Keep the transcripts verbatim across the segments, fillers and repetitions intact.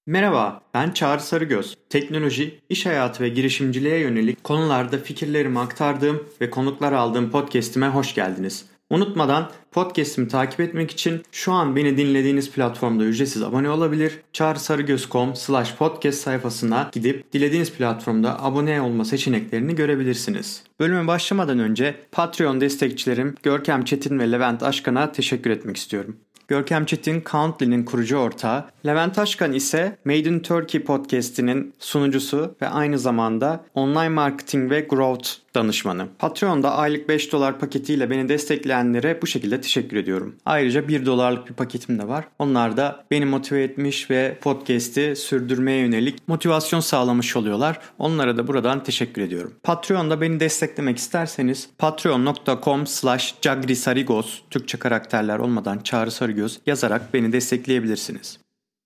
Merhaba, ben Çağrı Sarıgöz. Teknoloji, iş hayatı ve girişimciliğe yönelik konularda fikirlerimi aktardığım ve konuklar aldığım podcast'ime hoş geldiniz. Unutmadan podcast'imi takip etmek için şu an beni dinlediğiniz platformda ücretsiz abone olabilir. çağrısarıgöz nokta com slash podcast sayfasına gidip dilediğiniz platformda abone olma seçeneklerini görebilirsiniz. Bölüme başlamadan önce Patreon destekçilerim Görkem Çetin ve Levent Aşkan'a teşekkür etmek istiyorum. Görkem Çetin, Countly'nin kurucu ortağı, Levent Aşkan ise Made in Turkey podcast'inin sunucusu ve aynı zamanda online marketing ve growth danışmanı. Patreon'da aylık beş dolar paketiyle beni destekleyenlere bu şekilde teşekkür ediyorum. Ayrıca bir dolarlık bir paketim de var. Onlar da beni motive etmiş ve podcast'i sürdürmeye yönelik motivasyon sağlamış oluyorlar. Onlara da buradan teşekkür ediyorum. Patreon'da beni desteklemek isterseniz patreon nokta com slash cagrisarigos Türkçe karakterler olmadan Çağrı Sarıgöz yazarak beni destekleyebilirsiniz.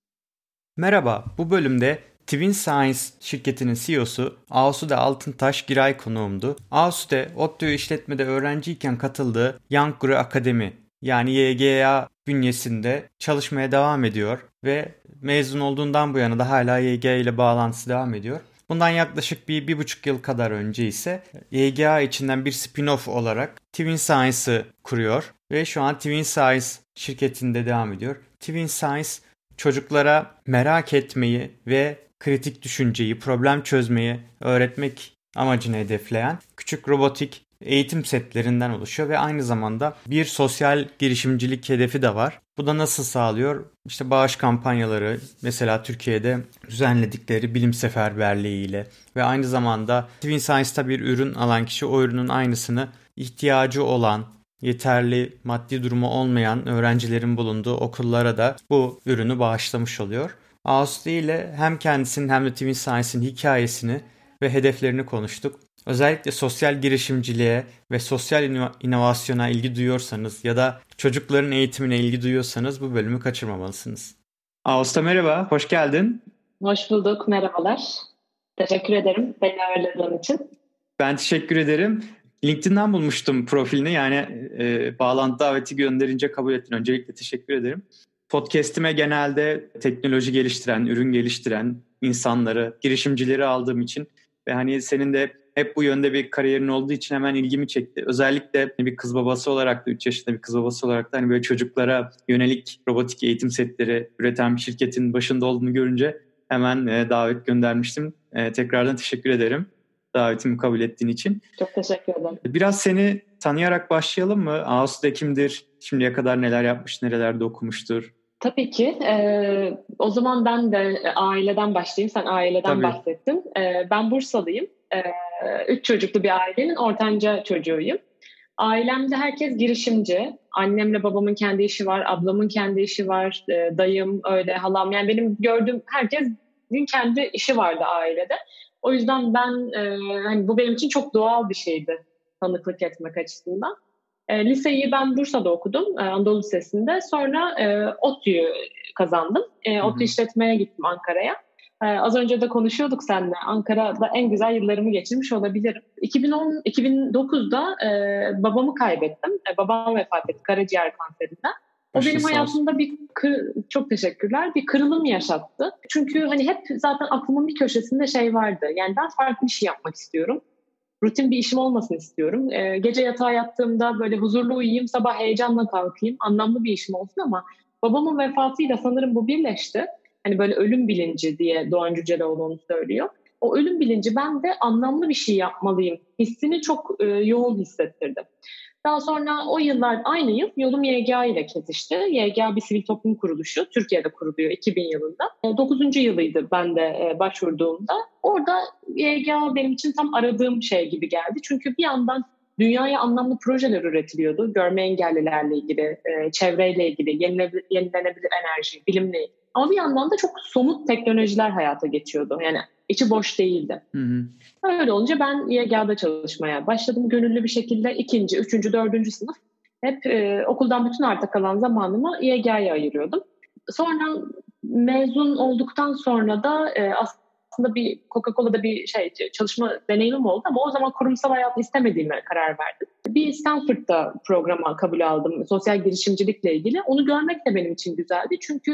Merhaba, bu bölümde Twin Science şirketinin C E O'su Asude Altıntaş Giray konuğumdu. Asude, ODTÜ işletmede öğrenciyken katıldığı Young Guru Akademi yani Y G A bünyesinde çalışmaya devam ediyor ve mezun olduğundan bu yana da hala Y G A ile bağlantısı devam ediyor. Bundan yaklaşık bir, bir buçuk yıl kadar önce ise Y G A içinden bir spin-off olarak Twin Science'ı kuruyor ve şu an Twin Science şirketinde devam ediyor. Twin Science çocuklara merak etmeyi ve kritik düşünceyi, problem çözmeyi öğretmek amacını hedefleyen küçük robotik eğitim setlerinden oluşuyor ve aynı zamanda bir sosyal girişimcilik hedefi de var. Bu da nasıl sağlıyor? İşte bağış kampanyaları, mesela Türkiye'de düzenledikleri bilim seferberliğiyle ve aynı zamanda Twin Science'ta bir ürün alan kişi o ürünün aynısını ihtiyacı olan, yeterli maddi durumu olmayan öğrencilerin bulunduğu okullara da bu ürünü bağışlamış oluyor. Asude ile hem kendisinin hem de Twin Science'in hikayesini ve hedeflerini konuştuk. Özellikle sosyal girişimciliğe ve sosyal ino- inovasyona ilgi duyuyorsanız ya da çocukların eğitimine ilgi duyuyorsanız bu bölümü kaçırmamalısınız. Asude merhaba, hoş geldin. Hoş bulduk, merhabalar. Teşekkür ederim beni ağırladığın için. Ben teşekkür ederim. LinkedIn'den bulmuştum profilini, yani e, bağlantı daveti gönderince kabul ettin. Öncelikle teşekkür ederim. Podcast'ime genelde teknoloji geliştiren, ürün geliştiren insanları, girişimcileri aldığım için ve hani senin de hep bu yönde bir kariyerin olduğu için hemen ilgimi çekti. Özellikle bir kız babası olarak da, üç yaşında bir kız babası olarak da hani böyle çocuklara yönelik robotik eğitim setleri üreten bir şirketin başında olduğunu görünce hemen e, davet göndermiştim. E, tekrardan teşekkür ederim davetimi kabul ettiğin için. Çok teşekkür ederim. Biraz seni tanıyarak başlayalım mı? Asude kimdir? Şimdiye kadar neler yapmış, nerelerde okumuştur? Tabii ki. Ee, o zaman ben de aileden başlayayım. Sen aileden Tabii. bahsettin. Ee, ben Bursalıyım. Ee, üç çocuklu bir ailenin ortanca çocuğuyum. Ailemde herkes girişimci. Annemle babamın kendi işi var, ablamın kendi işi var, e, dayım öyle, halam. Yani benim gördüğüm herkesin kendi işi vardı ailede. O yüzden ben e, hani bu benim için çok doğal bir şeydi tanıklık etmek açısından. E, liseyi ben Bursa'da okudum, e, Anadolu Lisesi'nde. Sonra e, ODTÜ'yü kazandım. E, ODTÜ işletmeye gittim Ankara'ya. E, az önce de konuşuyorduk seninle. Ankara'da en güzel yıllarımı geçirmiş olabilirim. iki bin on iki bin dokuzda e, babamı kaybettim. E, babam vefat etti karaciğer kanserinden. O Başka benim hayatımda bir kır, çok teşekkürler bir kırılım yaşattı. Çünkü hani hep zaten aklımın bir köşesinde şey vardı. Yani ben farklı bir şey yapmak istiyorum. Rutin bir işim olmasını istiyorum. Ee, gece yatağa yattığımda böyle huzurlu uyuyayım, sabah heyecanla kalkayım. Anlamlı bir işim olsun ama babamın vefatıyla sanırım bu birleşti. Hani böyle ölüm bilinci diye Doğan Cüceloğlu onu söylüyor. O ölüm bilinci ben de anlamlı bir şey yapmalıyım hissini çok e, yoğun hissettirdi. Daha sonra o yıllar aynı yıl yolum Y G A ile kesişti. Y G A bir sivil toplum kuruluşu. Türkiye'de kuruluyor iki bin yılında. dokuzuncu yılıydı ben de başvurduğumda. Orada Y G A benim için tam aradığım şey gibi geldi. Çünkü bir yandan dünyaya anlamlı projeler üretiliyordu. Görme engellilerle ilgili, çevreyle ilgili, yenilenebilir enerji, bilimle ilgili. Ama bir yandan da çok somut teknolojiler hayata geçiyordu. Yani içi boş değildi. Hı hı. Öyle olunca ben Y G A'da çalışmaya başladım. Gönüllü bir şekilde ikinci, üçüncü, dördüncü sınıf hep e, okuldan bütün arta kalan zamanımı Y G A'ya ayırıyordum. Sonra mezun olduktan sonra da e, aslında bir Coca-Cola'da bir şey çalışma deneyimim oldu ama o zaman kurumsal hayat istemediğime karar verdim. Bir Stanford'da programa kabul aldım sosyal girişimcilikle ilgili. Onu görmek de benim için güzeldi çünkü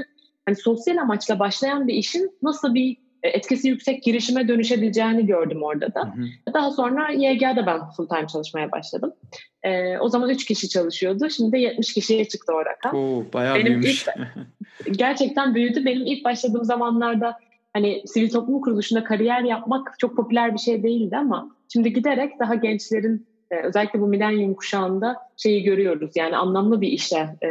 hani sosyal amaçla başlayan bir işin nasıl bir etkisi yüksek girişime dönüşebileceğini gördüm orada da. Hı hı. Daha sonra Y G A'da ben full time çalışmaya başladım. Ee, o zaman üç kişi çalışıyordu. Şimdi de yetmiş kişiye çıktı o rakam. Oo, bayağı Benim büyümüş. Ilk, gerçekten büyüdü. Benim ilk başladığım zamanlarda hani sivil toplum kuruluşunda kariyer yapmak çok popüler bir şey değildi ama şimdi giderek daha gençlerin özellikle bu milenyum kuşağında şeyi görüyoruz. Yani anlamlı bir işe, e,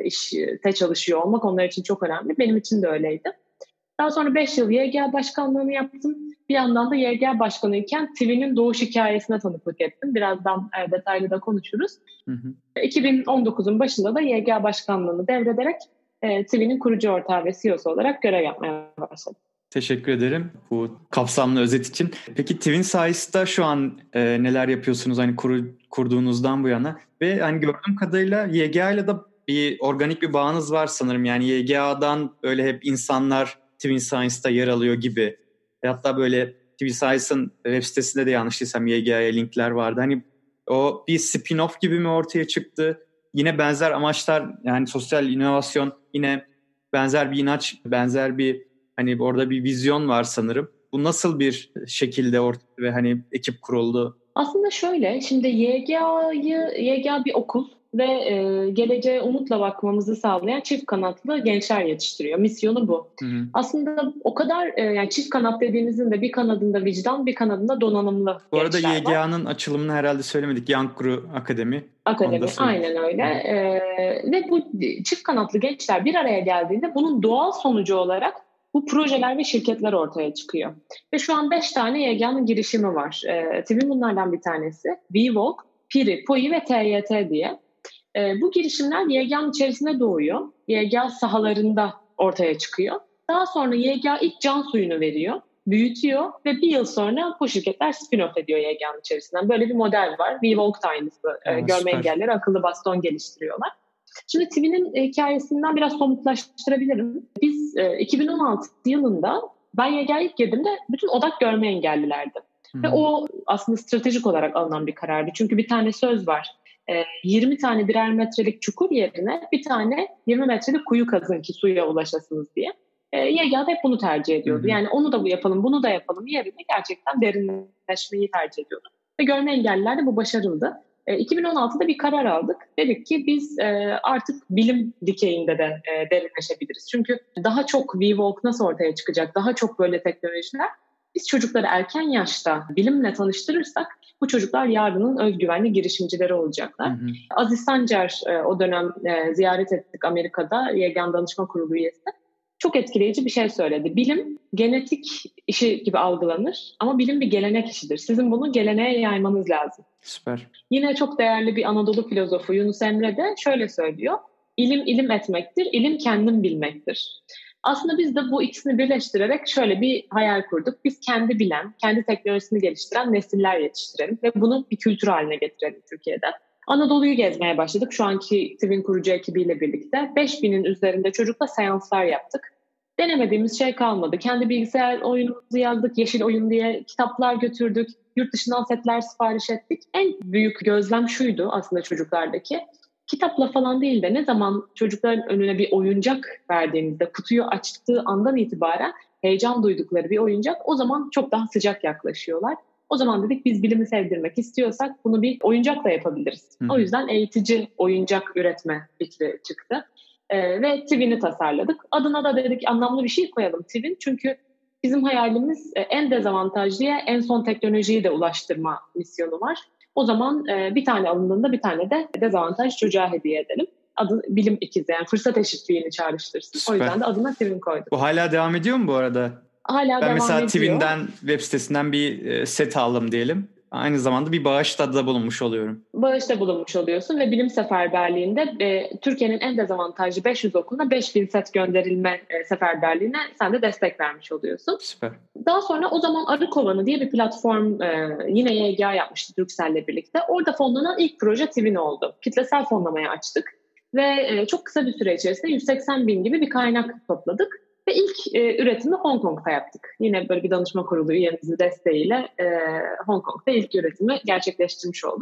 işte çalışıyor olmak onlar için çok önemli. Benim için de öyleydi. Daha sonra beş yıl Y G A başkanlığını yaptım. Bir yandan da Y G A başkanıyken T İ V'nin doğuş hikayesine tanıklık ettim. Birazdan e, detaylı da konuşuruz. Hı hı. iki bin on dokuzun başında da Y G A başkanlığını devrederek e, T İ V'nin kurucu ortağı ve C E O'su olarak görev yapmaya başladım. Teşekkür ederim bu kapsamlı özet için. Peki Twin Sized'da şu an e, neler yapıyorsunuz hani kur, kurduğunuzdan bu yana? Ve hani gördüğüm kadarıyla Y G A ile de bir organik bir bağınız var sanırım. Yani Y G A'dan böyle hep insanlar Twin Science'da yer alıyor gibi. Hatta böyle Twin Science'ın web sitesinde de yanlış değilsem Y G A'ya linkler vardı. Hani o bir spin-off gibi mi ortaya çıktı? Yine benzer amaçlar yani sosyal inovasyon yine benzer bir inanç, benzer bir hani orada bir vizyon var sanırım. Bu nasıl bir şekilde ortaya ve hani ekip kuruldu? Aslında şöyle, şimdi Y G A'yı Y G A bir okul ve e, geleceğe umutla bakmamızı sağlayan çift kanatlı gençler yetiştiriyor. Misyonu bu. Hı hı. Aslında o kadar e, yani çift kanat dediğimizin de bir kanadında vicdan, bir kanadında donanımlı bu arada gençler var. Y G A'nın açılımını herhalde söylemedik. Yankuru Akademi. Akademi, aynen öyle. E, ve bu çift kanatlı gençler bir araya geldiğinde bunun doğal sonucu olarak bu projeler ve şirketler ortaya çıkıyor. Ve şu an beş tane Y G A'nın girişimi var. E, T İ V'nin bunlardan bir tanesi. WeWalk, Piri, P O I ve T Y T diye. E, bu girişimler Y G A'nın içerisinde doğuyor. Y G A sahalarında ortaya çıkıyor. Daha sonra Y G A ilk can suyunu veriyor, büyütüyor ve bir yıl sonra bu şirketler spin-off ediyor Y G A'nın içerisinden. Böyle bir model var. WeWalk da aynısı. Aa, e, görme süper. Engelleri akıllı baston geliştiriyorlar. Şimdi T İ V'nin hikayesinden biraz somutlaştırabilirim. Biz e, iki bin on altı yılında ben Y G A'ya ilk girdiğimde bütün odak görme engellilerdi. Hmm. Ve o aslında stratejik olarak alınan bir karardı. Çünkü bir tane söz var. E, yirmi tane birer metrelik çukur yerine bir tane yirmi metrelik kuyu kazın ki suya ulaşasınız diye. E, Y G A da hep bunu tercih ediyordu. Hmm. Yani onu da bu yapalım, bunu da yapalım yerine gerçekten derinleşmeyi tercih ediyordu. Ve görme engelliler de bu başarıldı. iki bin on altıda bir karar aldık. Dedik ki biz artık bilim dikeyinde de derinleşebiliriz. Çünkü daha çok WeWalk nasıl ortaya çıkacak, daha çok böyle teknolojiler. Biz çocukları erken yaşta bilimle tanıştırırsak bu çocuklar yarının özgüvenli girişimcileri olacaklar. Hı hı. Aziz Sancar o dönem ziyaret ettik Amerika'da, Y G A Danışma Kurulu üyesi. Çok etkileyici bir şey söyledi. Bilim genetik işi gibi algılanır ama bilim bir gelenek işidir. Sizin bunu geleneğe yaymanız lazım. Süper. Yine çok değerli bir Anadolu filozofu Yunus Emre de şöyle söylüyor. İlim ilim etmektir, ilim kendim bilmektir. Aslında biz de bu ikisini birleştirerek şöyle bir hayal kurduk. Biz kendi bilen, kendi teknolojisini geliştiren nesiller yetiştirelim ve bunu bir kültür haline getirelim Türkiye'de. Anadolu'yu gezmeye başladık. Şu anki T İ V'nin kurucu ekibiyle birlikte beş binin üzerinde çocukla seanslar yaptık. Denemediğimiz şey kalmadı. Kendi bilgisayar oyunumuzu yazdık, Yeşil Oyun diye kitaplar götürdük. Yurt dışından setler sipariş ettik. En büyük gözlem şuydu aslında çocuklardaki. Kitapla falan değil de ne zaman çocukların önüne bir oyuncak verdiğimizde, kutuyu açtığı andan itibaren heyecan duydukları bir oyuncak, o zaman çok daha sıcak yaklaşıyorlar. O zaman dedik biz bilimi sevdirmek istiyorsak bunu bir oyuncakla yapabiliriz. Hı. O yüzden eğitici oyuncak üretme fikri çıktı. Ee, ve T İ V'ni tasarladık. Adına da dedik anlamlı bir şey koyalım T İ V'nin. Çünkü bizim hayalimiz en dezavantajlıya en son teknolojiyi de ulaştırma misyonu var. O zaman e, bir tane alındığında bir tane de dezavantaj çocuğa hediye edelim. Adı bilim ikizi yani fırsat eşitliğini çağrıştırsın. Süper. O yüzden de adına T İ V'ni koyduk. Bu hala devam ediyor mu bu arada? Hala ben devam mesela ediyor. T İ V'den web sitesinden bir set aldım diyelim. Aynı zamanda bir bağışta da bulunmuş oluyorum. Bağışta bulunmuş oluyorsun ve bilim seferberliğinde e, Türkiye'nin en dezavantajlı beş yüz okuluna beş bin set gönderilme e, seferberliğine sen de destek vermiş oluyorsun. Süper. Daha sonra o zaman Arı Kovanı diye bir platform e, yine Y G A yapmıştı Turkcell'le birlikte. Orada fonlanan ilk proje T İ V'nin oldu. Kitlesel fonlamaya açtık ve e, çok kısa bir süre içerisinde yüz seksen bin gibi bir kaynak topladık. Ve ilk e, üretimi Hong Kong'da yaptık. Yine böyle bir danışma kurulu üyemizin desteğiyle e, Hong Kong'da ilk üretimi gerçekleştirmiş olduk.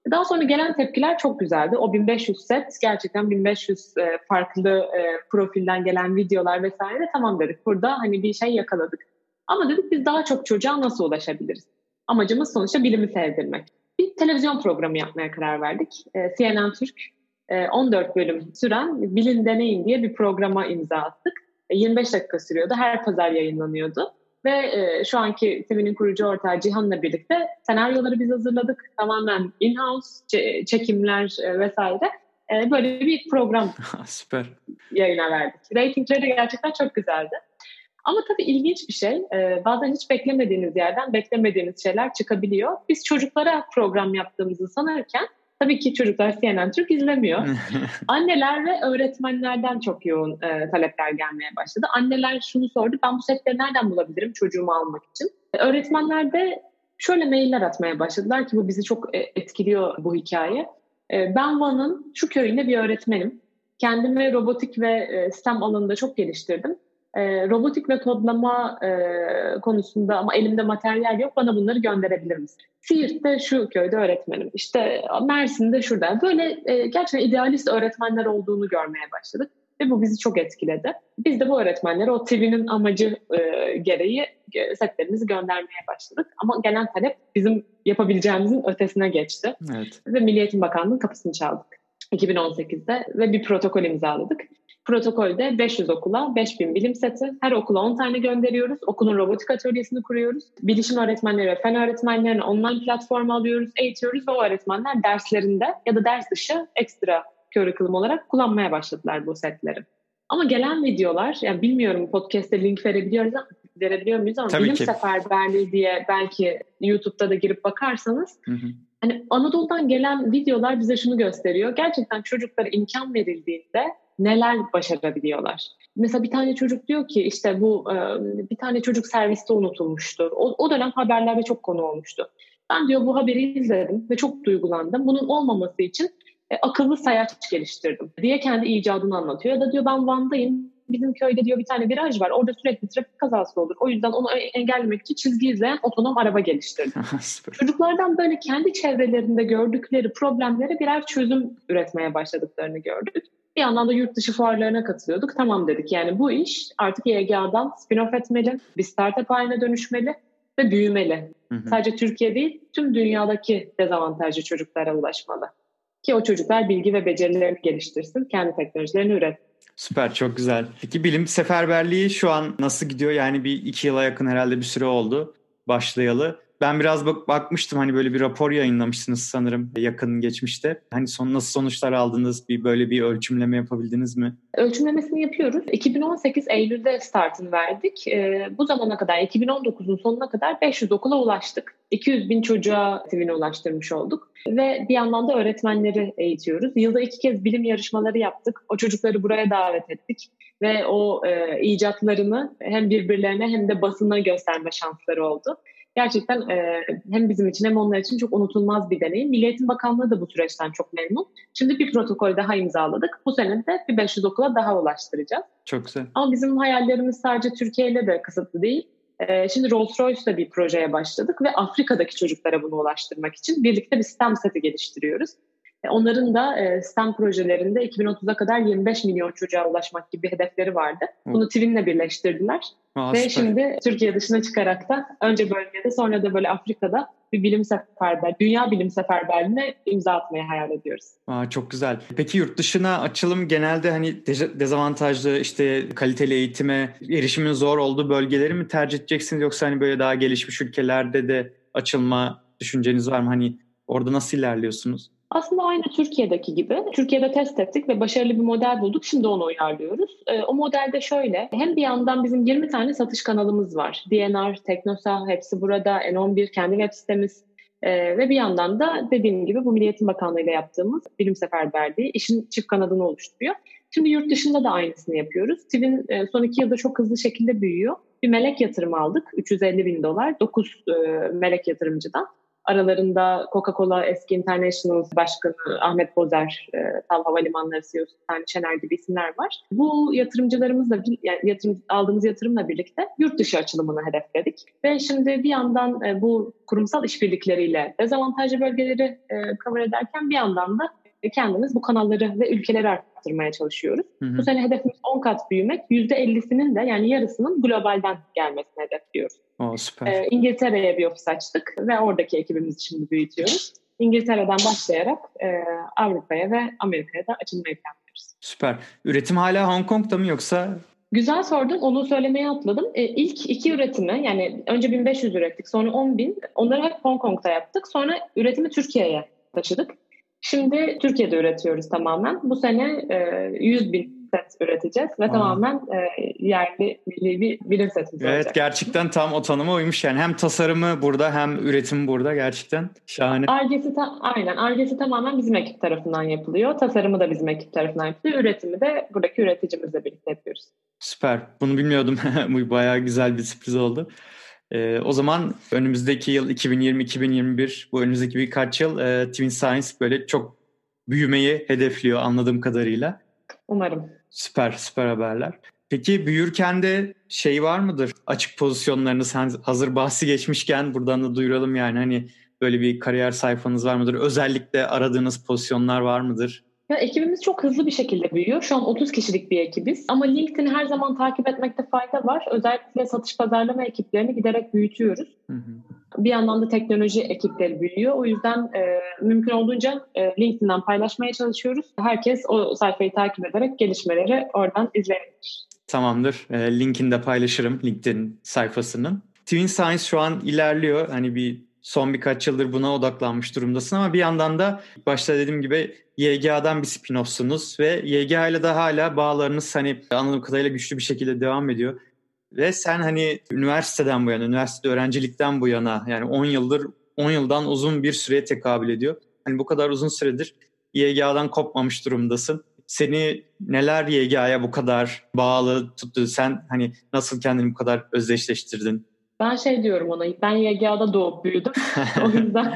Daha sonra gelen tepkiler çok güzeldi. O bin beş yüz set gerçekten bin beş yüz e, farklı e, profilden gelen videolar vesaire, tamam dedik. Burada hani bir şey yakaladık. Ama dedik biz daha çok çocuğa nasıl ulaşabiliriz? Amacımız sonuçta bilimi sevdirmek. Bir televizyon programı yapmaya karar verdik. E, C N N Türk e, on dört bölüm süren Bilin Deneyin diye bir programa imza attık. E, yirmi beş dakika sürüyordu. Her pazar yayınlanıyordu. Ve e, şu anki T V'nin kurucu ortağı Cihan'la birlikte senaryoları biz hazırladık. Tamamen in-house ç- çekimler e, vesaire. E, böyle bir program Süper. Yayına verdik. Ratingleri gerçekten çok güzeldi. Ama tabii ilginç bir şey. E, bazen hiç beklemediğiniz yerden beklemediğiniz şeyler çıkabiliyor. Biz çocuklara program yaptığımızı sanırken tabii ki çocuklar C N N Türk izlemiyor. Anneler ve öğretmenlerden çok yoğun e, talepler gelmeye başladı. Anneler şunu sordu: ben bu setleri nereden bulabilirim çocuğumu almak için? E, öğretmenler de şöyle mailler atmaya başladılar ki bu bizi çok e, etkiliyor bu hikaye. E, ben Van'ın şu köyünde bir öğretmenim. Kendimi robotik ve e, STEM alanında çok geliştirdim. E, robotik ve kodlama e, konusunda ama elimde materyal yok, bana bunları gönderebilir misin? Siirt'te şu köyde öğretmenim, İşte Mersin'de şurada. Böyle e, gerçekten idealist öğretmenler olduğunu görmeye başladık ve bu bizi çok etkiledi. Biz de bu öğretmenlere o T V'nin amacı e, gereği e, setlerimizi göndermeye başladık. Ama gelen talep bizim yapabileceğimizin ötesine geçti. Evet. Ve Milli Eğitim Bakanlığı'nın kapısını çaldık iki bin on sekizde ve bir protokol imzaladık. Protokolde beş yüz okula beş bin bilim seti, her okula on tane gönderiyoruz. Okulun robotik atölyesini kuruyoruz. Bilişim öğretmenleri ve fen öğretmenlerini online platforma alıyoruz, eğitiyoruz ve o öğretmenler derslerinde ya da ders dışı ekstra curriculum olarak kullanmaya başladılar bu setleri. Ama gelen videolar, yani bilmiyorum podcast'te link verebiliyoruz ama, verebiliyor muyuz ama Tabii Bilim ki. Seferberliği diye belki YouTube'da da girip bakarsanız, hı hı. hani Anadolu'dan gelen videolar bize şunu gösteriyor: gerçekten çocuklara imkan verildiğinde neler başarabiliyorlar. Mesela bir tane çocuk diyor ki işte bu bir tane çocuk serviste unutulmuştu. O, o dönem haberlerde çok konu olmuştu. Ben diyor bu haberi izledim ve çok duygulandım. Bunun olmaması için e, akıllı sayaç geliştirdim diye kendi icadını anlatıyor. Ya da diyor ben Van'dayım. Bizim köyde diyor bir tane viraj var. Orada sürekli trafik kazası olur. O yüzden onu engellemek için çizgi izleyen otonom araba geliştirdim. Çocuklardan böyle kendi çevrelerinde gördükleri problemlere birer çözüm üretmeye başladıklarını gördük. Bir yandan da yurt dışı fuarlarına katılıyorduk. Tamam dedik, yani bu iş artık Y G A'dan spin-off etmeli, bir startup haline dönüşmeli ve büyümeli. Hı hı. Sadece Türkiye değil, tüm dünyadaki dezavantajlı çocuklara ulaşmalı. Ki o çocuklar bilgi ve becerilerini geliştirsin, kendi teknolojilerini üretsin. Süper, çok güzel. Peki bilim seferberliği şu an nasıl gidiyor? Yani bir iki yıla yakın herhalde bir süre oldu başlayalı. Ben biraz bak- bakmıştım, hani böyle bir rapor yayınlamışsınız sanırım yakın geçmişte. Hani son, nasıl sonuçlar aldınız? Bir böyle bir ölçümleme yapabildiniz mi? Ölçümlemesini yapıyoruz. iki bin on sekiz Eylül'de startını verdik. Ee, bu zamana kadar, iki bin on dokuzun sonuna kadar beş yüz okula ulaştık. iki yüz bin çocuğa T V'ni ulaştırmış olduk. Ve bir yandan da öğretmenleri eğitiyoruz. Yılda iki kez bilim yarışmaları yaptık. O çocukları buraya davet ettik. Ve o e, icatlarını hem birbirlerine hem de basına gösterme şansları oldu. Gerçekten e, hem bizim için hem onlar için çok unutulmaz bir deneyim. Milli Eğitim Bakanlığı da bu süreçten çok memnun. Şimdi bir protokol daha imzaladık. Bu sene de bir beş yüz okula daha ulaştıracağız. Çok güzel. Ama bizim hayallerimiz sadece Türkiye ile de kısıtlı değil. E, şimdi Rolls-Royce'da bir projeye başladık ve Afrika'daki çocuklara bunu ulaştırmak için birlikte bir STEM seti geliştiriyoruz. Onların da STEM projelerinde iki bin otuza kadar yirmi beş milyon çocuğa ulaşmak gibi hedefleri vardı. Bunu T V'nle birleştirdiler. Aa, ve süper. Şimdi Türkiye dışına çıkarak da önce bölgede sonra da böyle Afrika'da bir bilim seferber, dünya bilim seferberliğine imza atmayı hayal ediyoruz. Aa, çok güzel. Peki yurt dışına açılım genelde hani dezavantajlı, işte kaliteli eğitime erişimin zor olduğu bölgeleri mi tercih edeceksiniz, yoksa hani böyle daha gelişmiş ülkelerde de açılma düşünceniz var mı? Hani orada nasıl ilerliyorsunuz? Aslında aynı Türkiye'deki gibi. Türkiye'de test ettik ve başarılı bir model bulduk. Şimdi onu uyarlıyoruz. E, o modelde şöyle: hem bir yandan bizim yirmi tane satış kanalımız var. D N R, Teknosa, hepsi burada. N on bir kendi web sitemiz. E, ve bir yandan da dediğim gibi bu Milli Eğitim Bakanlığı ile yaptığımız bilim seferberliği işin çift kanadını oluşturuyor. Şimdi yurt dışında da aynısını yapıyoruz. T V'nin e, son iki yılda çok hızlı şekilde büyüyor. Bir melek yatırımı aldık. üç yüz elli bin dolar. dokuz e, melek yatırımcıdan. Aralarında Coca-Cola eski International Başkanı Ahmet Bozer, e, TAV Havalimanları C E O'su Sani Şener gibi isimler var. Bu yatırımcılarımızla, yani yatırım, aldığımız yatırımla birlikte yurt dışı açılımını hedefledik. Ve şimdi bir yandan e, bu kurumsal işbirlikleriyle dezavantajlı bölgeleri e, cover ederken bir yandan da kendimiz bu kanalları ve ülkeleri arttırmaya çalışıyoruz. Hı hı. Bu sene hedefimiz on kat büyümek, yüzde ellisinin de yani yarısının globalden gelmesini hedefliyoruz. Oh, süper. Ee, İngiltere'ye bir ofis açtık ve oradaki ekibimizi şimdi büyütüyoruz. İngiltere'den başlayarak e, Avrupa'ya ve Amerika'ya da açılmayı planlıyoruz. Süper. Üretim hala Hong Kong'da mı yoksa? Güzel sordun. Onu söylemeye atladım. E, ilk iki üretimi, yani önce bin beş yüz ürettik, sonra on bin. Onları hep Hong Kong'da yaptık. Sonra üretimi Türkiye'ye taşıdık. Şimdi Türkiye'de üretiyoruz tamamen. Bu sene e, yüz bin set üreteceğiz ve Aa. tamamen e, yerli milli bir bilim setimiz evet, olacak. Evet, gerçekten tam o tanıma uymuş yani. Hem tasarımı burada hem üretimi burada, gerçekten şahane. Ar-Ge'si ta- aynen. Ar-Ge'si tamamen bizim ekip tarafından yapılıyor. Tasarımı da bizim ekip tarafından yapılıyor. Üretimi de buradaki üreticimizle birlikte yapıyoruz. Süper. Bunu bilmiyordum. Bu bayağı güzel bir sürpriz oldu. Ee, o zaman önümüzdeki yıl iki bin yirmi iki bin yirmi bir, bu önümüzdeki birkaç yıl e, TwinScience böyle çok büyümeyi hedefliyor anladığım kadarıyla. Umarım. Süper, süper haberler. Peki büyürken de şey var mıdır? Açık pozisyonlarınız, hazır bahsi geçmişken buradan da duyuralım yani, hani böyle bir kariyer sayfanız var mıdır? Özellikle aradığınız pozisyonlar var mıdır? Ya, ekibimiz çok hızlı bir şekilde büyüyor. Şu an otuz kişilik bir ekibiz. Ama LinkedIn'i her zaman takip etmekte fayda var. Özellikle satış pazarlama ekiplerini giderek büyütüyoruz. Hı hı. Bir yandan da teknoloji ekipleri büyüyor. O yüzden e, mümkün olduğunca e, LinkedIn'den paylaşmaya çalışıyoruz. Herkes o sayfayı takip ederek gelişmeleri oradan izleyebilir. Tamamdır. E, linkini de paylaşırım, LinkedIn sayfasının. TwinScience şu an ilerliyor. Hani bir son birkaç yıldır buna odaklanmış durumdasın ama bir yandan da başta dediğim gibi Y G A'dan bir spin-off'sunuz ve Y G A ile de hala bağlarınız hani anladığım kadarıyla güçlü bir şekilde devam ediyor. Ve sen hani üniversiteden bu yana, üniversite öğrencilikten bu yana, yani on yıldır, on yıldan uzun bir süreye tekabül ediyor. Hani bu kadar uzun süredir Y G A'dan kopmamış durumdasın. Seni neler Y G A'ya bu kadar bağlı tuttu? Sen hani nasıl kendini bu kadar özdeşleştirdin? Ben şey diyorum ona, ben Y G A'da doğup büyüdüm. O yüzden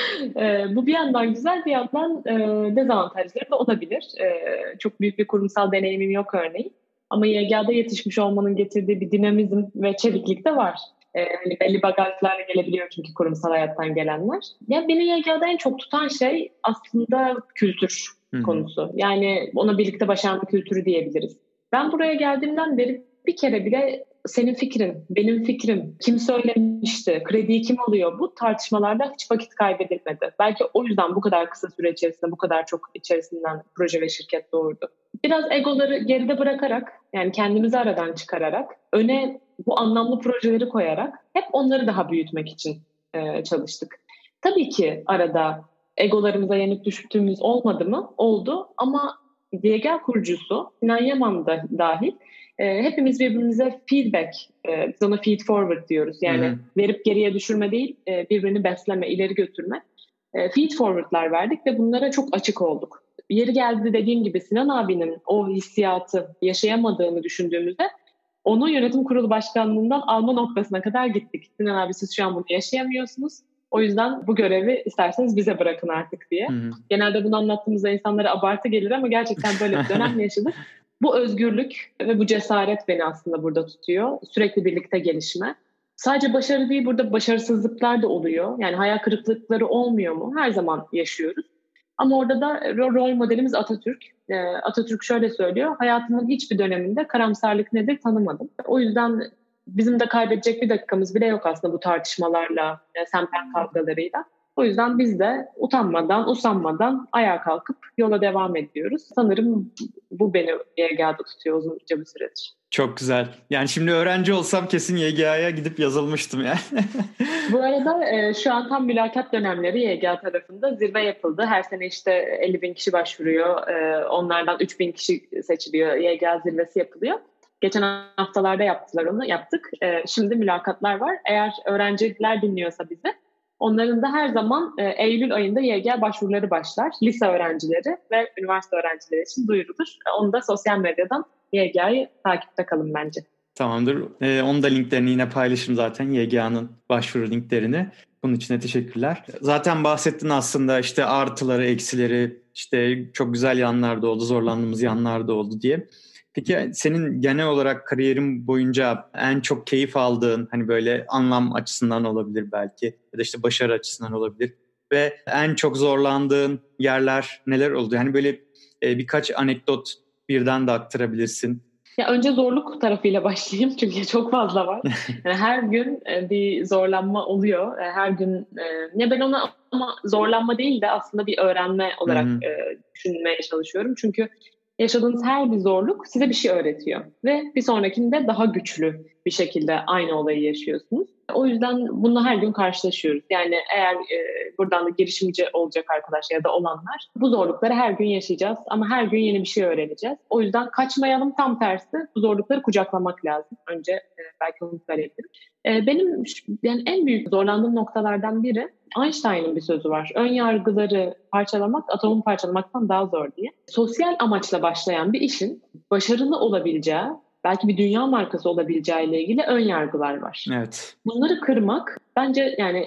e, bu bir yandan güzel, bir yandan e, dezavantajları da olabilir. E, çok büyük bir kurumsal deneyimim yok örneğin. Ama Y G A'da yetişmiş olmanın getirdiği bir dinamizm ve çeviklik de var. E, hani belli bagajlarla gelebiliyor çünkü kurumsal hayattan gelenler. Ya beni Y G A'da en çok tutan şey aslında kültür Hı-hı. konusu. Yani ona birlikte başarma kültürü diyebiliriz. Ben buraya geldiğimden beri bir kere bile senin fikrin, benim fikrim, kim söylemişti, krediyi kim alıyor, bu tartışmalarda hiç vakit kaybedilmedi. Belki o yüzden bu kadar kısa süre içerisinde bu kadar çok içerisinden proje ve şirket doğurdu. Biraz egoları geride bırakarak, yani kendimizi aradan çıkararak, öne bu anlamlı projeleri koyarak hep onları daha büyütmek için e, çalıştık. Tabii ki arada egolarımıza yenik düştüğümüz olmadı mı? Oldu ama Y G A kurucusu Sinan Yaman da dahil e, hepimiz birbirimize feedback, e, biz ona feed forward diyoruz. Yani Hı-hı. verip geriye düşürme değil, e, birbirini besleme, ileri götürme. E, feed forward'lar verdik ve bunlara çok açık olduk. Yeri geldi dediğim gibi Sinan abinin o hissiyatı yaşayamadığını düşündüğümüzde onu yönetim kurulu başkanlığından alma noktasına kadar gittik. Sinan abi, siz şu an bunu yaşayamıyorsunuz. O yüzden bu görevi isterseniz bize bırakın artık diye. Hı-hı. Genelde bunu anlattığımızda insanlara abartı gelir ama gerçekten böyle bir dönem yaşadık. Bu özgürlük ve bu cesaret beni aslında burada tutuyor. Sürekli birlikte gelişme. Sadece başarı değil, burada başarısızlıklar da oluyor. Yani hayal kırıklıkları olmuyor mu? Her zaman yaşıyoruz. Ama orada da rol modelimiz Atatürk. Ee, Atatürk şöyle söylüyor: hayatımın hiçbir döneminde karamsarlık nedir tanımadım. O yüzden bizim de kaybedecek bir dakikamız bile yok aslında bu tartışmalarla, sempen kavgalarıyla. O yüzden biz de utanmadan, usanmadan ayağa kalkıp yola devam ediyoruz. Sanırım bu beni Y G A'da tutuyor uzunca bir süredir. Çok güzel. Yani şimdi öğrenci olsam kesin Y G A'ya gidip yazılmıştım yani. Bu arada e, şu an tam mülakat dönemleri Y G A tarafında zirve yapıldı. Her sene işte elli bin kişi başvuruyor. E, onlardan üç bin kişi seçiliyor. Y G A zirvesi yapılıyor. Geçen haftalarda yaptılar onu, yaptık. E, şimdi mülakatlar var. Eğer öğrenciler dinliyorsa bizi, onların da her zaman e, Eylül ayında Y G A başvuruları başlar. Lise öğrencileri ve üniversite öğrencileri için duyurulur. Onu da sosyal medyadan Y G A'yı takipte kalın bence. Tamamdır. Ee, onu da linklerini yine paylaşırım zaten. Y G A'nın başvuru linklerini. Bunun için de teşekkürler. Zaten bahsettin aslında işte artıları, eksileri, işte çok güzel yanlar da oldu, zorlandığımız yanlar da oldu diye. Peki senin genel olarak kariyerin boyunca en çok keyif aldığın, hani böyle anlam açısından olabilir belki ya da işte başarı açısından olabilir ve en çok zorlandığın yerler neler oldu? Hani böyle e, birkaç anekdot birden de aktarabilirsin. Ya önce zorluk tarafıyla başlayayım çünkü çok fazla var. Yani her gün bir zorlanma oluyor. Her gün ya ben ona ama zorlanma değil de aslında bir öğrenme olarak düşünmeye çalışıyorum. Çünkü yaşadığınız her bir zorluk size bir şey öğretiyor ve bir sonrakinde daha güçlü bir şekilde aynı olayı yaşıyorsunuz. O yüzden bununla her gün karşılaşıyoruz. Yani eğer e, buradan da girişimci olacak arkadaşlar ya da olanlar bu zorlukları her gün yaşayacağız ama her gün yeni bir şey öğreneceğiz. O yüzden kaçmayalım, tam tersi bu zorlukları kucaklamak lazım. Önce e, belki onu söyleyebilirim. E, benim yani en büyük zorlandığım noktalardan biri Einstein'ın bir sözü var. Ön yargıları parçalamak atomu parçalamaktan daha zor diye. Sosyal amaçla başlayan bir işin başarılı olabileceği, belki bir dünya markası olabileceğiyle ilgili ön yargılar var. Evet. Bunları kırmak bence yani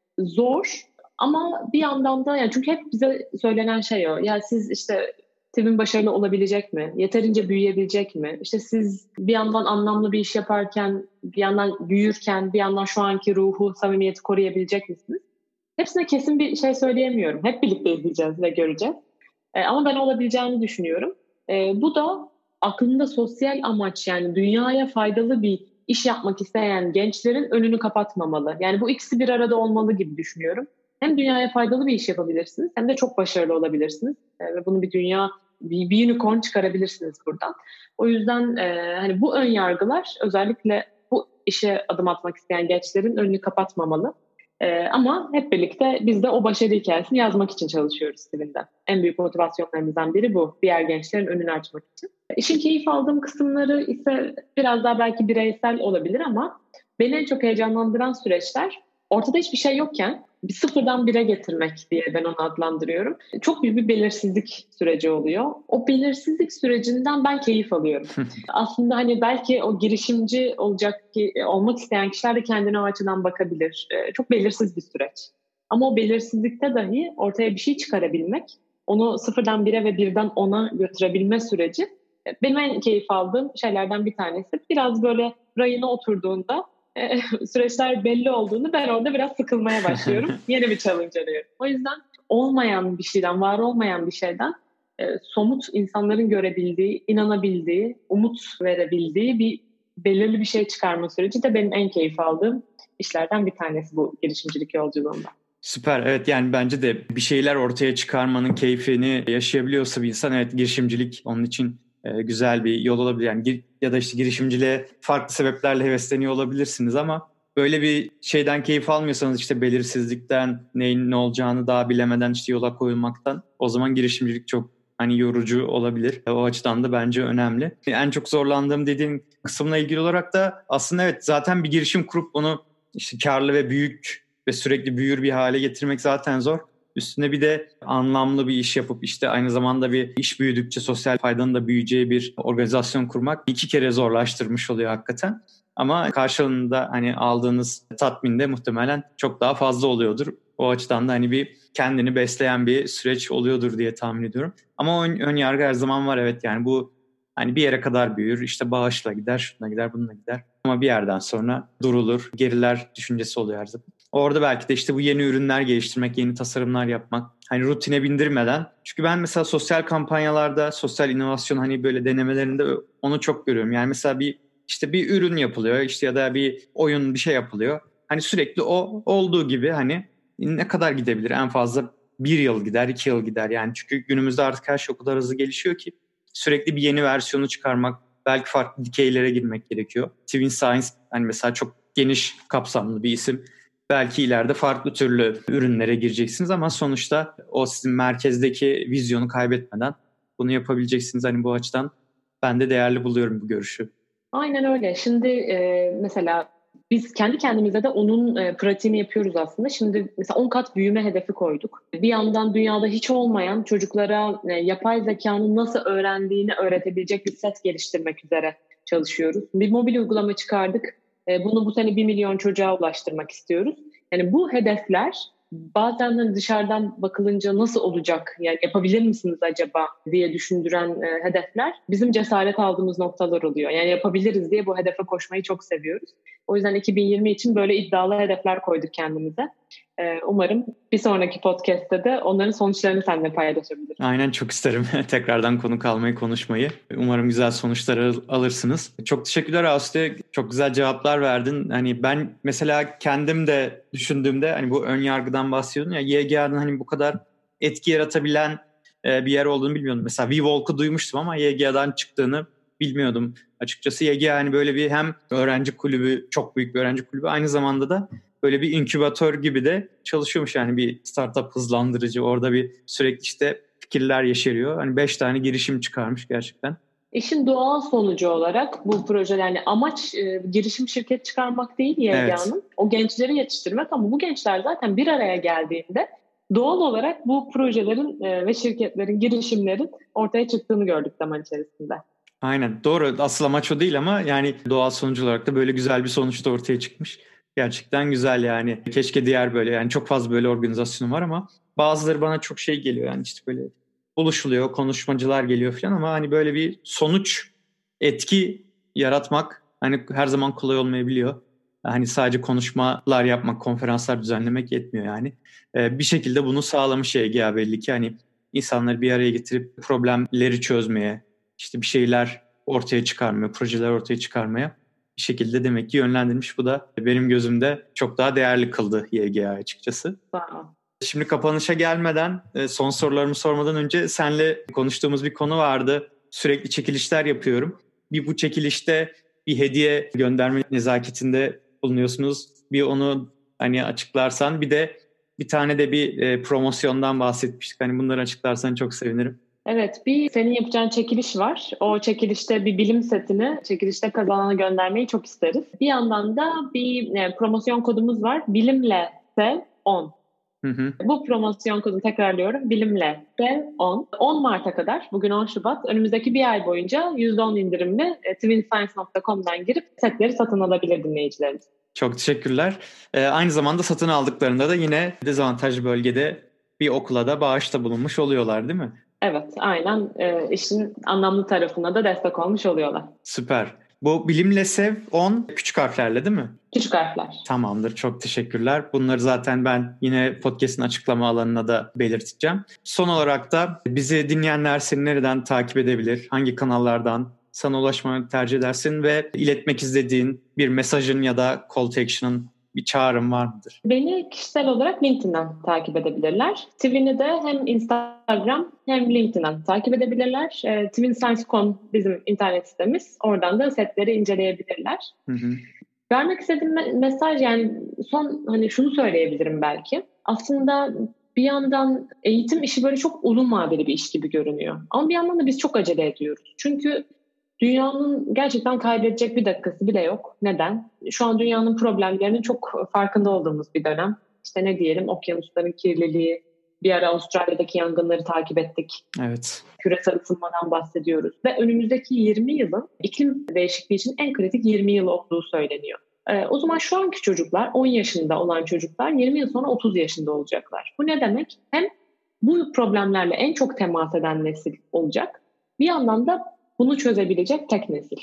zor ama bir yandan da yani çünkü hep bize söylenen şey o. Ya siz işte T V başarılı olabilecek mi? Yeterince büyüyebilecek mi? İşte siz bir yandan anlamlı bir iş yaparken, bir yandan büyürken, bir yandan şu anki ruhu, samimiyeti koruyabilecek misiniz? Hepsine kesin bir şey söyleyemiyorum. Hep birlikte izleyeceğiz ve göreceğiz. E, ama ben olabileceğini düşünüyorum. E, bu da aklında sosyal amaç, yani dünyaya faydalı bir iş yapmak isteyen gençlerin önünü kapatmamalı. Yani bu ikisi bir arada olmalı gibi düşünüyorum. Hem dünyaya faydalı bir iş yapabilirsiniz hem de çok başarılı olabilirsiniz. E, ve bunu bir dünya, bir, bir unicorn çıkarabilirsiniz buradan. O yüzden e, hani bu ön yargılar özellikle bu işe adım atmak isteyen gençlerin önünü kapatmamalı. Ee, ama hep birlikte biz de o başarı hikayesini yazmak için çalışıyoruz T V'de. En büyük motivasyonlarımızdan biri bu. Diğer gençlerin önünü açmak için. İşin keyif aldığım kısımları ise biraz daha belki bireysel olabilir ama beni en çok heyecanlandıran süreçler ortada hiçbir şey yokken bir sıfırdan bire getirmek diye ben onu adlandırıyorum. Çok büyük bir belirsizlik süreci oluyor. O belirsizlik sürecinden ben keyif alıyorum. Aslında hani belki o girişimci olacak ki olmak isteyen kişiler de kendine o açıdan bakabilir. Çok belirsiz bir süreç. Ama o belirsizlikte dahi ortaya bir şey çıkarabilmek, onu sıfırdan bire ve birden ona götürebilme süreci benim en keyif aldığım şeylerden bir tanesi. Biraz böyle rayına oturduğunda, e, süreçler belli olduğunu ben orada biraz sıkılmaya başlıyorum. Yeni bir challenge arıyorum. O yüzden olmayan bir şeyden, var olmayan bir şeyden e, somut insanların görebildiği, inanabildiği, umut verebildiği bir belirli bir şey çıkarma süreci de benim en keyif aldığım işlerden bir tanesi bu girişimcilik yolculuğunda. Süper. Evet, yani bence de bir şeyler ortaya çıkarmanın keyfini yaşayabiliyorsa bir insan, evet, girişimcilik onun için e, güzel bir yol olabilir. Yani ya da işte girişimciliğe farklı sebeplerle hevesleniyor olabilirsiniz ama böyle bir şeyden keyif almıyorsanız, işte belirsizlikten, neyin ne olacağını daha bilemeden işte yola koyulmaktan, o zaman girişimcilik çok hani yorucu olabilir. O açıdan da bence önemli. En çok zorlandığım dediğim kısımla ilgili olarak da aslında evet, zaten bir girişim kurup onu işte karlı ve büyük ve sürekli büyür bir hale getirmek zaten zor. Üstüne bir de anlamlı bir iş yapıp işte aynı zamanda bir iş büyüdükçe sosyal faydanın da büyüyeceği bir organizasyon kurmak iki kere zorlaştırmış oluyor hakikaten. Ama karşılığında hani aldığınız tatmin de muhtemelen çok daha fazla oluyordur. O açıdan da hani bir kendini besleyen bir süreç oluyordur diye tahmin ediyorum. Ama ön, ön yargı her zaman var, evet, yani bu hani bir yere kadar büyür, işte bağışla gider, şuna gider, bununla gider. Ama bir yerden sonra durulur, geriler düşüncesi oluyor her zaman. Orada belki de işte bu yeni ürünler geliştirmek, yeni tasarımlar yapmak, hani rutine bindirmeden. Çünkü ben mesela sosyal kampanyalarda, sosyal inovasyon hani böyle denemelerinde onu çok görüyorum. Yani mesela bir işte bir ürün yapılıyor, işte ya da bir oyun, bir şey yapılıyor. Hani sürekli o olduğu gibi hani ne kadar gidebilir? En fazla bir yıl gider, iki yıl gider. Yani çünkü günümüzde artık her şey o kadar hızlı gelişiyor ki sürekli bir yeni versiyonu çıkarmak, belki farklı dikeylere girmek gerekiyor. Twin Science hani mesela çok geniş kapsamlı bir isim. Belki ileride farklı türlü ürünlere gireceksiniz ama sonuçta o sizin merkezdeki vizyonu kaybetmeden bunu yapabileceksiniz. Hani bu açıdan ben de değerli buluyorum bu görüşü. Aynen öyle. Şimdi e, mesela biz kendi kendimize de onun e, pratiğini yapıyoruz aslında. Şimdi mesela on kat büyüme hedefi koyduk. Bir yandan dünyada hiç olmayan çocuklara e, yapay zekanın nasıl öğrendiğini öğretebilecek bir set geliştirmek üzere çalışıyoruz. Bir mobil uygulama çıkardık. E, bunu bu sene bir milyon çocuğa ulaştırmak istiyoruz. Yani bu hedefler bazen dışarıdan bakılınca nasıl olacak, yani yapabilir misiniz acaba diye düşündüren e, hedefler bizim cesaret aldığımız noktalar oluyor. Yani yapabiliriz diye bu hedefe koşmayı çok seviyoruz. O yüzden iki bin yirmi için böyle iddialı hedefler koyduk kendimize. E, umarım bir sonraki podcast'te de onların sonuçlarını seninle paylaşabiliriz. Aynen, çok isterim tekrardan konuk almayı, konuşmayı. Umarım güzel sonuçlar al- alırsınız. Çok teşekkürler Asude. Çok güzel cevaplar verdin. Hani ben mesela kendim de düşündüğümde hani bu ön yargıdan bahsediyordun ya, Y G A'nın hani bu kadar etki yaratabilen e, bir yer olduğunu bilmiyordum. Mesela WeWalk'u duymuştum ama Y G A'dan çıktığını bilmiyordum. Açıkçası Y G A hani böyle bir hem öğrenci kulübü, çok büyük bir öğrenci kulübü, aynı zamanda da böyle bir inkübatör gibi de çalışıyormuş, yani bir startup hızlandırıcı. Orada bir sürekli işte fikirler yeşeriyor. Hani beş tane girişim çıkarmış gerçekten. İşin doğal sonucu olarak bu proje, yani amaç e, girişim şirket çıkarmak değil Y G A'nın. Evet. O gençleri yetiştirmek, ama bu gençler zaten bir araya geldiğinde doğal olarak bu projelerin e, ve şirketlerin, girişimlerin ortaya çıktığını gördük zaman içerisinde. Aynen, doğru. Asıl amaç o değil ama yani doğal sonuç olarak da böyle güzel bir sonuç da ortaya çıkmış. Gerçekten güzel yani. Keşke diğer böyle, yani çok fazla böyle organizasyon var ama bazıları bana çok şey geliyor, yani işte böyle buluşuluyor, konuşmacılar geliyor falan ama hani böyle bir sonuç, etki yaratmak hani her zaman kolay olmayabiliyor. Hani sadece konuşmalar yapmak, konferanslar düzenlemek yetmiyor yani. Ee, bir şekilde bunu sağlamış Y G A belli ki, hani insanları bir araya getirip problemleri çözmeye, işte bir şeyler ortaya çıkarmaya, projeler ortaya çıkarmaya bir şekilde demek ki yönlendirmiş. Bu da benim gözümde çok daha değerli kıldı Y G A açıkçası. Wow. Şimdi kapanışa gelmeden, son sorularımı sormadan önce seninle konuştuğumuz bir konu vardı. Sürekli çekilişler yapıyorum. Bir bu çekilişte bir hediye gönderme nezaketinde bulunuyorsunuz. Bir onu hani açıklarsan, bir de bir tane de bir e, promosyondan bahsetmiştik. Hani bunları açıklarsan çok sevinirim. Evet, bir senin yapacağın çekiliş var. O çekilişte bir bilim setini çekilişte kazanana göndermeyi çok isteriz. Bir yandan da bir yani promosyon kodumuz var. Bilimle sev on. Hı hı. Bu promosyon kodunu tekrarlıyorum. Bilimle sev on. on Mart'a kadar, bugün on Şubat, önümüzdeki bir ay boyunca yüzde on indirimli e, twinscience nokta com'dan girip setleri satın alabilir dinleyicilerimiz. Çok teşekkürler. Ee, aynı zamanda satın aldıklarında da yine dezavantajlı bölgede bir okula da bağışta bulunmuş oluyorlar, değil mi? Evet, aynen. E, işin anlamlı tarafına da destek olmuş oluyorlar. Süper. Bu Bilimle Sev on küçük harflerle değil mi? Küçük harfler. Tamamdır. Çok teşekkürler. Bunları zaten ben yine podcast'in açıklama alanına da belirteceğim. Son olarak da bizi dinleyenler seni nereden takip edebilir? Hangi kanallardan sana ulaşmayı tercih edersin ve iletmek istediğin bir mesajın ya da call to action'ın, bir çağrım var mıdır? Beni kişisel olarak LinkedIn'den takip edebilirler. Twin'i de hem Instagram hem LinkedIn'den takip edebilirler. E, twinscience nokta com bizim internet sitemiz. Oradan da setleri inceleyebilirler. Hı hı. Vermek istediğim me- mesaj, yani son hani şunu söyleyebilirim belki. Aslında bir yandan eğitim işi böyle çok uzun vadeli bir iş gibi görünüyor. Ama bir yandan da biz çok acele ediyoruz. Çünkü dünyanın gerçekten kaybedecek bir dakikası bile yok. Neden? Şu an dünyanın problemlerinin çok farkında olduğumuz bir dönem. İşte ne diyelim, okyanusların kirliliği, bir ara Avustralya'daki yangınları takip ettik. Evet. Küresel ısınmadan bahsediyoruz. Ve önümüzdeki yirmi yılın iklim değişikliği için en kritik yirmi yıl olduğu söyleniyor. Ee, o zaman şu anki çocuklar, on yaşında olan çocuklar yirmi yıl sonra otuz yaşında olacaklar. Bu ne demek? Hem bu problemlerle en çok temas eden nesil olacak. Bir yandan da bunu çözebilecek tek nesil.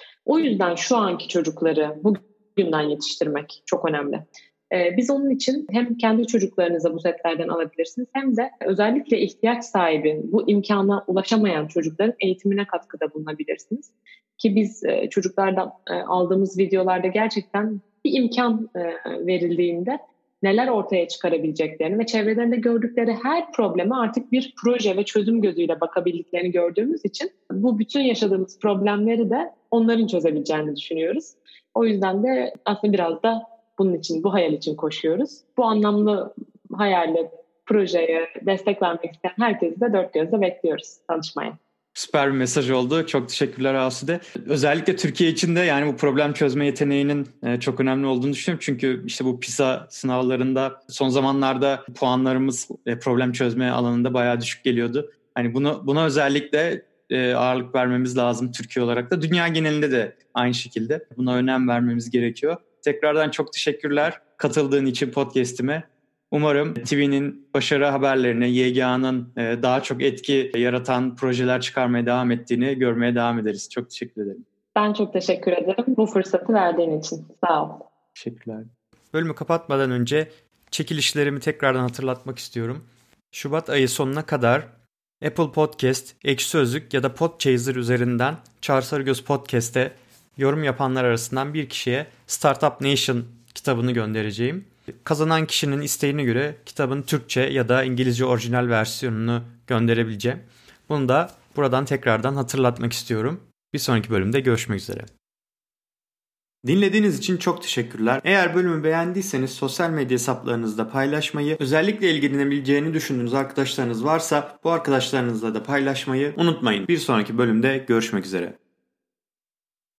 O yüzden şu anki çocukları bugünden yetiştirmek çok önemli. Ee, biz onun için hem kendi çocuklarınıza bu setlerden alabilirsiniz, hem de özellikle ihtiyaç sahibi, bu imkana ulaşamayan çocukların eğitimine katkıda bulunabilirsiniz. Ki biz e, çocuklardan e, aldığımız videolarda gerçekten bir imkan e, verildiğinde neler ortaya çıkarabileceklerini ve çevrelerinde gördükleri her probleme artık bir proje ve çözüm gözüyle bakabildiklerini gördüğümüz için bu bütün yaşadığımız problemleri de onların çözebileceğini düşünüyoruz. O yüzden de aslında biraz da bunun için, bu hayal için koşuyoruz. Bu anlamlı hayalle projeye destek vermek isteyen herkesi de dört gözle bekliyoruz tanışmaya. Süper bir mesaj oldu. Çok teşekkürler Asude. Özellikle Türkiye için de yani bu problem çözme yeteneğinin çok önemli olduğunu düşünüyorum. Çünkü işte bu PISA sınavlarında son zamanlarda puanlarımız problem çözme alanında bayağı düşük geliyordu. Hani bunu buna özellikle e, ağırlık vermemiz lazım Türkiye olarak da. Dünya genelinde de aynı şekilde buna önem vermemiz gerekiyor. Tekrardan çok teşekkürler katıldığın için podcast'ime. Umarım T V'nin başarı haberlerine, Y G A'nın e, daha çok etki yaratan projeler çıkarmaya devam ettiğini görmeye devam ederiz. Çok teşekkür ederim. Ben çok teşekkür ederim bu fırsatı verdiğin için. Sağ ol. Teşekkürler. Bölümü kapatmadan önce çekilişlerimi tekrardan hatırlatmak istiyorum. Şubat ayı sonuna kadar Apple Podcast, Ekşi Sözlük ya da Podchaser üzerinden Çağrı Sarıgöz Podcast'te yorum yapanlar arasından bir kişiye Startup Nation kitabını göndereceğim. Kazanan kişinin isteğine göre kitabın Türkçe ya da İngilizce orijinal versiyonunu gönderebileceğim. Bunu da buradan tekrardan hatırlatmak istiyorum. Bir sonraki bölümde görüşmek üzere. Dinlediğiniz için çok teşekkürler. Eğer bölümü beğendiyseniz sosyal medya hesaplarınızda paylaşmayı, özellikle ilgilenebileceğini düşündüğünüz arkadaşlarınız varsa bu arkadaşlarınızla da paylaşmayı unutmayın. Bir sonraki bölümde görüşmek üzere.